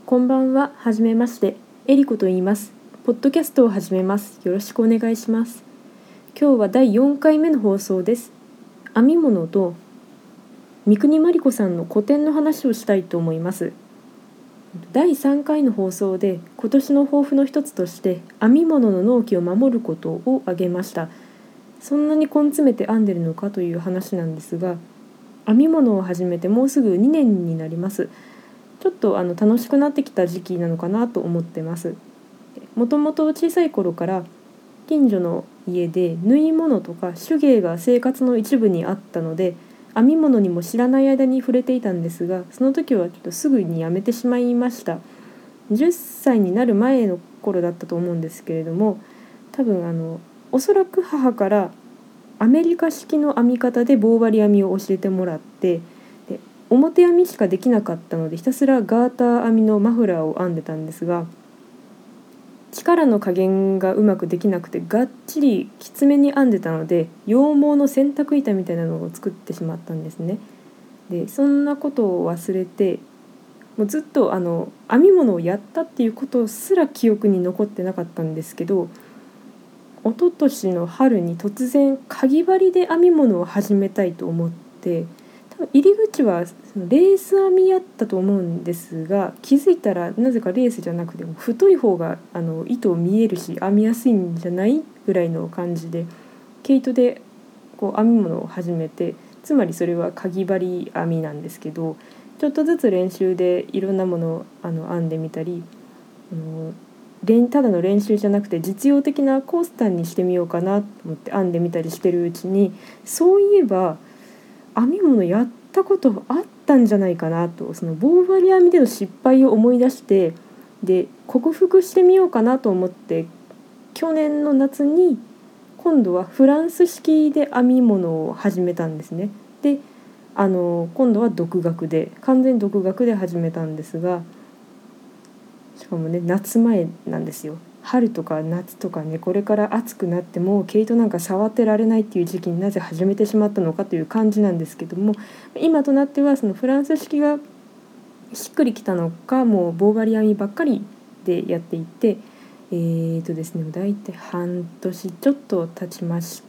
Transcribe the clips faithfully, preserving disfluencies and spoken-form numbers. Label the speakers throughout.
Speaker 1: こんばんは。はじめまして。えりこと言います。ポッドキャストを始めます。よろしくお願いします。今日はだいよんかいめの放送です。編み物と三國真理子さんの個展の話をしたいと思います。だいさんかいの放送で今年の抱負の一つとして編み物の納期を守ることを挙げました。そんなに根詰めて編んでるのかという話なんですが、編み物を始めてもうすぐにねんになります。ちょっとあの楽しくなってきた時期なのかなと思ってます。もともと小さい頃から近所の家で縫い物とか手芸が生活の一部にあったので、編み物にも知らない間に触れていたんですが、その時はちょっとすぐにやめてしまいました。じゅっさいになる前の頃だったと思うんですけれども、多分あのおそらく母からアメリカ式の編み方で棒針編みを教えてもらって、で表編みしかできなかったのでひたすらガーター編みのマフラーを編んでたんですが、力の加減がうまくできなくてがっちりきつめに編んでたので、羊毛の洗濯板みたいなのを作ってしまったんですね。でそんなことを忘れて、もうずっとあの編み物をやったっていうことすら記憶に残ってなかったんですけど、一昨年の春に突然かぎ針で編み物を始めたいと思って、多分入り口はそのレース編みやったと思うんですが、気づいたらなぜかレースじゃなくても太い方があの糸見えるし編みやすいんじゃないぐらいの感じで毛糸でこう編み物を始めて、つまりそれはかぎ針編みなんですけど、ちょっとずつ練習でいろんなものをあの編んでみたり、あのただの練習じゃなくて実用的なコースターにしてみようかなと思って編んでみたりしてるうちに、そういえば編み物やったことあったんじゃないかなと、その棒針編みでの失敗を思い出して、で克服してみようかなと思って、去年の夏に今度はフランス式で編み物を始めたんですね。であの今度は独学で完全独学で始めたんですが、しかもね夏前なんですよ。春とか夏とかね、これから暑くなっても毛糸なんか触ってられないっていう時期になぜ始めてしまったのかという感じなんですけども、今となってはそのフランス式がしっくりきたのか、もう棒針編みばっかりでやっていて、えーとですねだいたい半年ちょっと経ちました。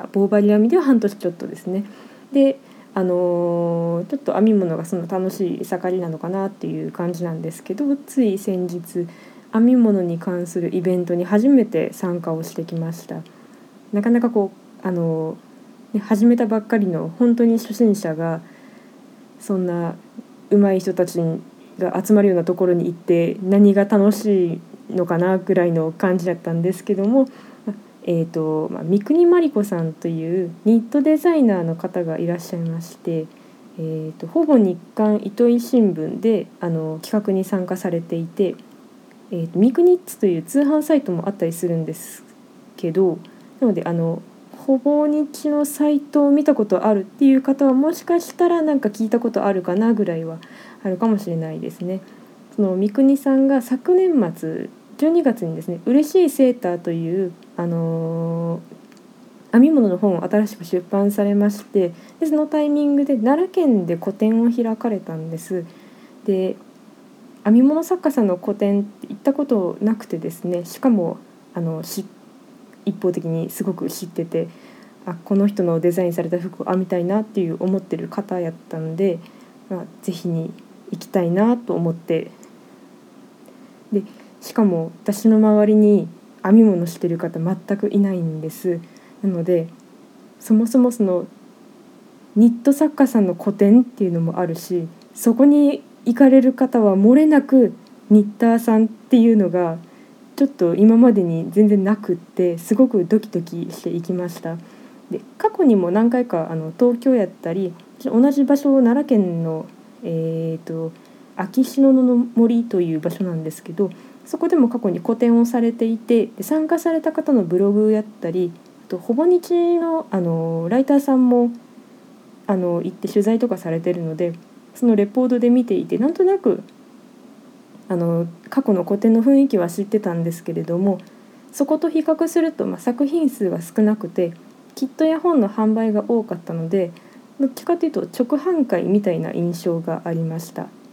Speaker 1: 棒針編みでは半年ちょっとですね。であのー、ちょっと編み物がその楽しい盛りなのかなっていう感じなんですけど、つい先日編み物に関するイベントに初めて参加をしてきました。なかなかこうあのー、ね、始めたばっかりの本当に初心者がそんな上手い人たちが集まるようなところに行って何が楽しいのかなぐらいの感じだったんですけども、えーとまあ、三國真理子さんというニットデザイナーの方がいらっしゃいまして、えーとほぼ日刊糸井新聞であの企画に参加されていて、えーとミクニッツという通販サイトもあったりするんですけど、なのであのほぼ日のサイトを見たことあるっていう方はもしかしたらなんか聞いたことあるかなぐらいはあるかもしれないですね。その三國さんが昨年末じゅうにがつにですね、嬉しいセーターというあのー、編み物の本を新しく出版されまして、でそのタイミングで奈良県で個展を開かれたんです。で編み物作家さんの個展って行ったことなくてですね、しかもあのし一方的にすごく知ってて、あこの人のデザインされた服を編みたいなっていう思ってる方やったんで、まあ、ぜひに行きたいなと思って、でしかも私の周りに編み物してる方全くいないんです。なのでそもそもそのニット作家さんの個展っていうのもあるし、そこに行かれる方は漏れなくニッターさんっていうのがちょっと今までに全然なくって、すごくドキドキしていきました。で過去にも何回かあの東京やったり同じ場所を奈良県の、えーと秋篠の森という場所なんですけど、そこでも過去に個展をされていて、で参加された方のブログやったり、あとほぼ日 の, あのライターさんもあの行って取材とかされてるので、そのレポートで見ていてなんとなくあの過去の個展の雰囲気は知ってたんですけれども、そこと比較すると、まあ、作品数が少なくてキットや本の販売が多かったので、どっちかというと直販会みたいな印象がありました。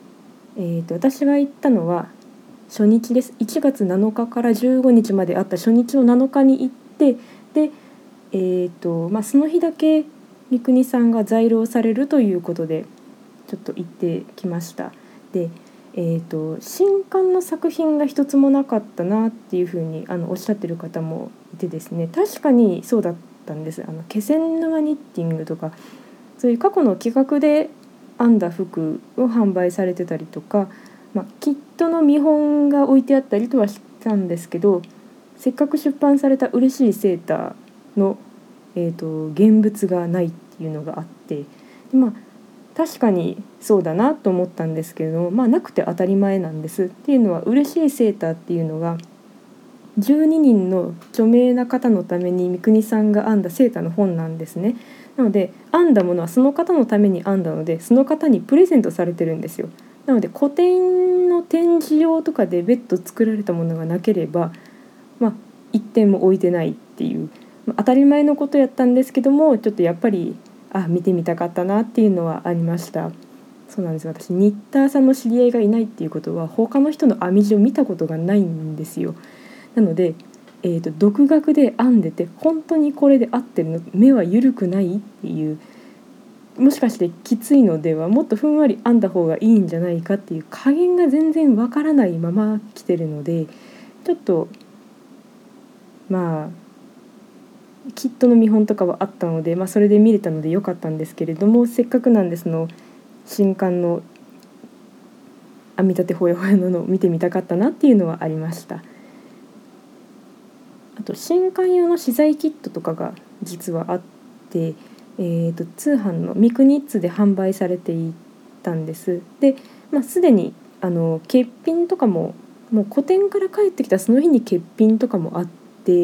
Speaker 1: えー、と私が行ったのは初日です。いちがつなのかからじゅうごにちまであった初日のなのかに行って、で、えーとまあ、その日だけ三國さんが在廊されるということでちょっと行ってきました。で、えーと新刊の作品が一つもなかったなっていうふうにあのおっしゃってる方もいてですね、確かにそうだったんです。あの気仙沼ニッティングとかそういう過去の企画で編んだ服を販売されてたりとか、まあ、キットの見本が置いてあったりとはしたんですけど、せっかく出版された嬉しいセーターの、えーと現物がないっていうのがあって、で、まあ、確かにそうだなと思ったんですけれども、まあ、なくて当たり前なんです。っていうのは嬉しいセーターっていうのがじゅうににんの著名な方のために三國さんが編んだセーターの本なんですね。なので編んだものはその方のために編んだので、その方にプレゼントされてるんですよ。なので個展の展示用とかで別途作られたものがなければ、まあ、一点も置いてないっていう、まあ、当たり前のことやったんですけども、ちょっとやっぱりあ見てみたかったなっていうのはありました。そうなんです。私ニッターさんの知り合いがいないっていうことは他の人の編み地を見たことがないんですよ。なので、えーと、独学で編んでて本当にこれで合ってるの、目は緩くないっていう、もしかしてきついのでは、もっとふんわり編んだ方がいいんじゃないかっていう加減が全然わからないまま来てるので、ちょっとまあキットの見本とかはあったので、まあ、それで見れたので良かったんですけれども、せっかくなんでその新刊の編み立てほやほやののを見てみたかったなっていうのはありました。あと新刊用の資材キットとかが実はあって、えー、と通販のミクニッツで販売されていたんです。で、まあ、すでにあの欠品とかももう個展から帰ってきたその日に欠品とかもあって、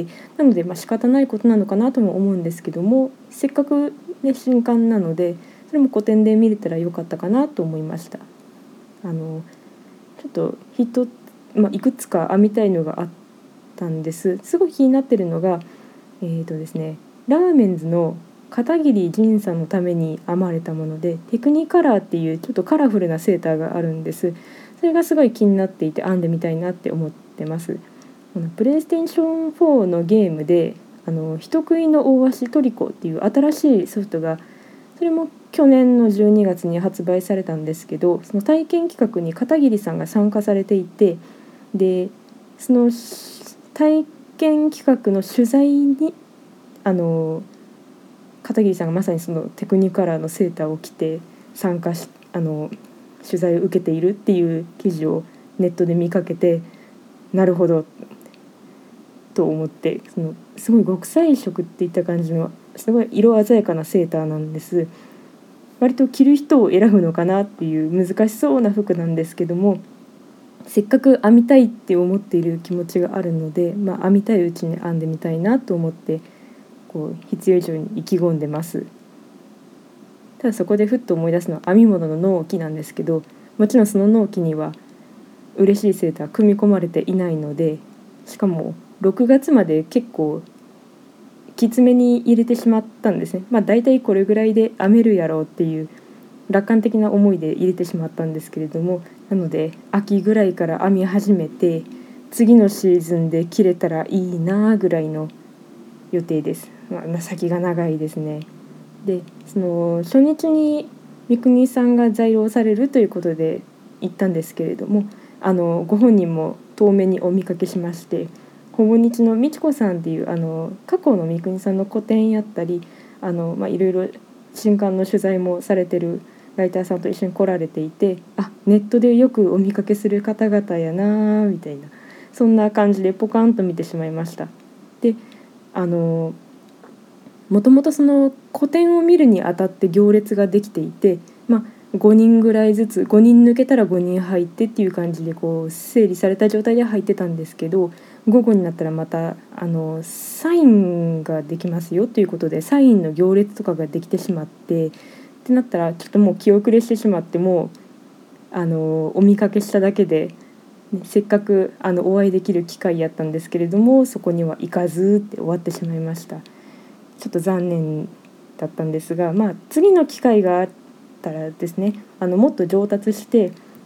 Speaker 1: なのでまあ仕方ないことなのかなとも思うんですけども、せっかく、ね、新刊なのでそれも個展で見れたらよかったかなと思いました。あのちょっと一、まあ、いくつか編みたいのがあったんです。すごい気になってるのが、えーとですね、ラーメンズの片桐仁さんのために編まれたもので、テクニカラーっていうちょっとカラフルなセーターがあるんです。それがすごい気になっていて編んでみたいなって思ってます。このプレイステーションフォーのゲームであの人食いの大足トリコっていう新しいソフトが、それも去年のじゅうにがつに発売されたんですけど、その体験企画に片桐さんが参加されていて、でその体験企画の取材にあの片桐さんがまさにそのテクニカラーのセーターを着て参加しあの取材を受けているっていう記事をネットで見かけて、なるほどと思って、そのすごい極彩色っていった感じのすごい色鮮やかなセーターなんです。割と着る人を選ぶのかなっていう難しそうな服なんですけども、せっかく編みたいって思っている気持ちがあるので、まあ、編みたいうちに編んでみたいなと思ってこう必要以上に意気込んでます。ただそこでふっと思い出すのは編み物の納期なんですけど、もちろんその納期には嬉しいセーター組み込まれていないので、しかもろくがつまで結構きつめに入れてしまったんですね。まあだいたいこれぐらいで編めるやろうっていう楽観的な思いで入れてしまったんですけれども、なので秋ぐらいから編み始めて次のシーズンで着れたらいいなぐらいの予定です。まあ、先が長いですね。でその初日に三國さんが在廊されるということで行ったんですけれども、あのご本人も遠目にお見かけしまして、ほぼ日の美智子さんっていうあの過去の三國さんの個展やったり、あの、まあ、いろいろ新刊の取材もされてるライターさんと一緒に来られていて、あネットでよくお見かけする方々やなみたいな、そんな感じでポカンと見てしまいました。であのもともとその個展を見るにあたって行列ができていて、まあ、ごにんぐらいずつごにん抜けたらごにん入ってっていう感じでこう整理された状態で入ってたんですけど、午後になったらまたあのサインができますよということでサインの行列とかができてしまってってなったら、ちょっともう気遅れしてしまって、もうあのお見かけしただけで、ね、せっかくあのお会いできる機会やったんですけれども、そこには行かずって終わってしまいました。ちょっと残念だったんですが、まあ、次の機会があったらですね、あのもっと上達して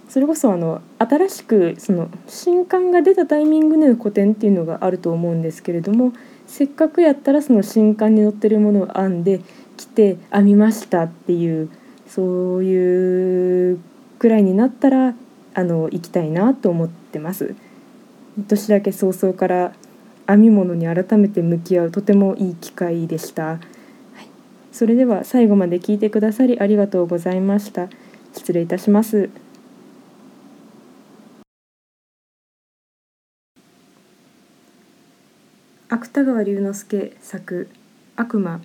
Speaker 1: それこそあの新しくその新刊が出たタイミングでの個展っていうのがあると思うんですけれども、せっかくやったらその新刊に載ってるものを編んできて編みましたっていう、そういうくらいになったらあの行きたいなと思ってます。年明け早々から編み物に改めて向き合うとてもいい機会でした。はい、それでは最後まで聞いてくださりありがとうございました。失礼いたします。芥川龍之介作悪魔。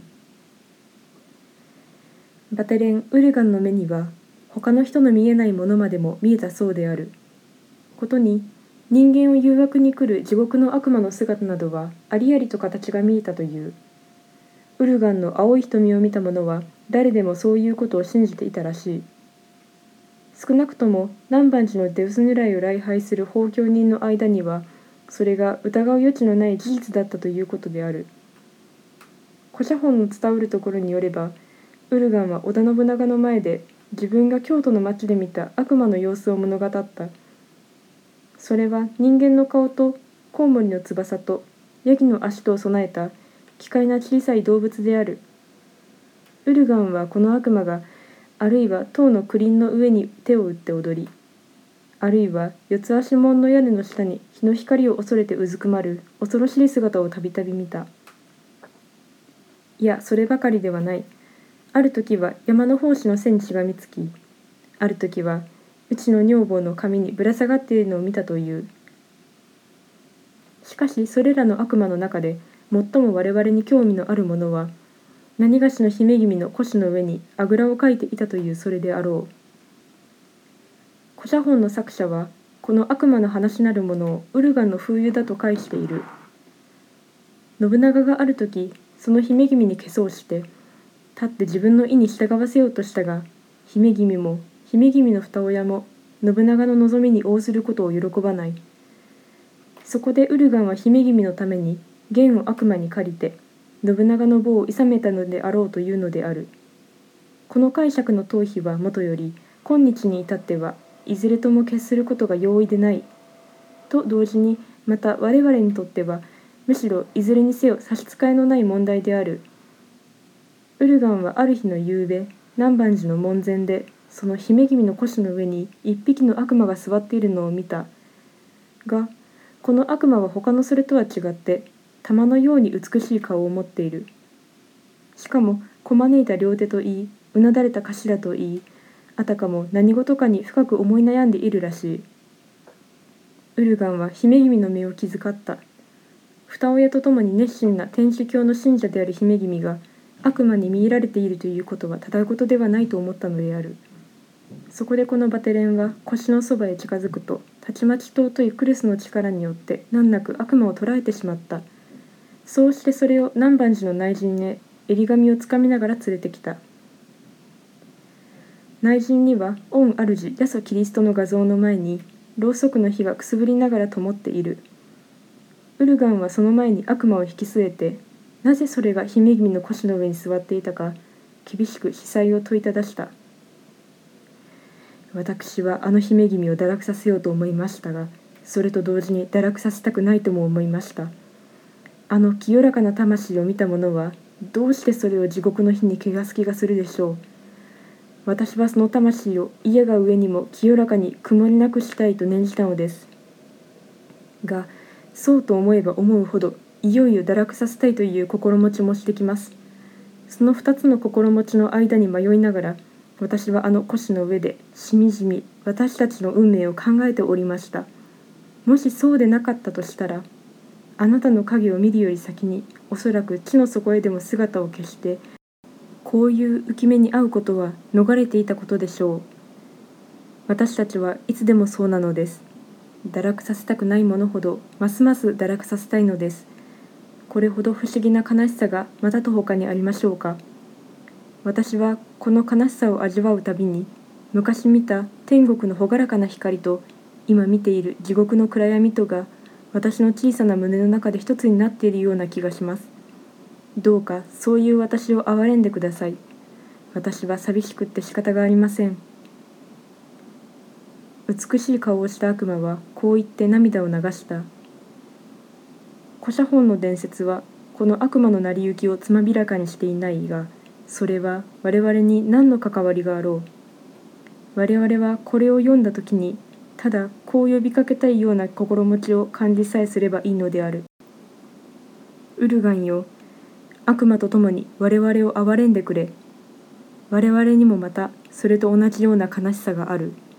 Speaker 1: バテレン・ウルガンの目には他の人の見えないものまでも見えたそうであることに、人間を誘惑に来る地獄の悪魔の姿などはありありと形が見えたという。ウルガンの青い瞳を見た者は誰でもそういうことを信じていたらしい。少なくとも南蛮寺のデウス如来を礼拝する奉教人の間にはそれが疑う余地のない事実だったということである。古写本の伝わるところによれば、ウルガンは織田信長の前で自分が京都の町で見た悪魔の様子を物語った。それは人間の顔とコウモリの翼とヤギの足とを備えた奇怪な小さい動物である。ウルガンはこの悪魔があるいは塔のクリンの上に手を打って踊り、あるいは四つ足門の屋根の下に日の光を恐れてうずくまる恐ろしい姿をたびたび見た。いや、そればかりではない。ある時は山の胞子の背にしがみつき、ある時はうちの女房の髪にぶら下がっているのを見たという。しかしそれらの悪魔の中で最も我々に興味のあるものは、何がしの姫君の腰の上にあぐらをかいていたというそれであろう。古写本の作者はこの悪魔の話なるものをウルガンの風流だと解している。信長がある時その姫君に化粧して立って自分の意に従わせようとしたが、姫君も姫君の二親も信長の望みに応ずることを喜ばない。そこでウルガンは姫君のために弦を悪魔に借りて信長の棒を諌めたのであろうというのである。この解釈の逃避はもとより今日に至ってはいずれとも決することが容易でないと同時に、また我々にとってはむしろいずれにせよ差し支えのない問題である。ウルガンはある日の夕べ、南蛮寺の門前でその姫君の腰の上に一匹の悪魔が座っているのを見た。が、この悪魔は他のそれとは違って玉のように美しい顔を持っている。しかもこまねいた両手といい、うなだれた頭といい、あたかも何事かに深く思い悩んでいるらしい。ウルガンは姫君の目を気遣った。二親と共に熱心な天主教の信者である姫君が悪魔に見入られているということはただごとではないと思ったのである。そこでこのバテレンは腰のそばへ近づくと、たちまち尊いクルスの力によって難なく悪魔を捕らえてしまった。そうしてそれを南蛮寺の内陣へ襟髪をつかみながら連れてきた。内陣には御主ヤソキリストの画像の前にろうそくの火がくすぶりながら灯っている。ウルガンはその前に悪魔を引き据えて、なぜそれが姫君の腰の上に座っていたか厳しく司祭を問いただした。私はあの姫君を堕落させようと思いましたが、それと同時に堕落させたくないとも思いました。あの清らかな魂を見た者はどうしてそれを地獄の火に汚す気がするでしょう。私はその魂を嫌が上にも清らかに曇りなくしたいと念じたのです。が、そうと思えば思うほどいよいよ堕落させたいという心持ちもしてきます。その二つの心持ちの間に迷いながら、私はあの腰の上でしみじみ私たちの運命を考えておりました。もしそうでなかったとしたら、あなたの影を見るより先におそらく地の底へでも姿を消してこういう浮き目に遭うことは逃れていたことでしょう。私たちはいつでもそうなのです。堕落させたくないものほどますます堕落させたいのです。これほど不思議な悲しさがまたと他にありましょうか。私はこの悲しさを味わうたびに、昔見た天国の朗らかな光と今見ている地獄の暗闇とが私の小さな胸の中で一つになっているような気がします。どうかそういう私を憐れんでください。私は寂しくって仕方がありません。 美しい顔をした悪魔はこう言って涙を流した。古写本の伝説はこの悪魔の成り行きをつまびらかにしていないが、それは我々に何の関わりがあろう。我々はこれを読んだ時にただこう呼びかけたいような心持ちを感じさえすればいいのである。ウルガンよ、悪魔と共に我々を憐れんでくれ。我々にもまたそれと同じような悲しさがある。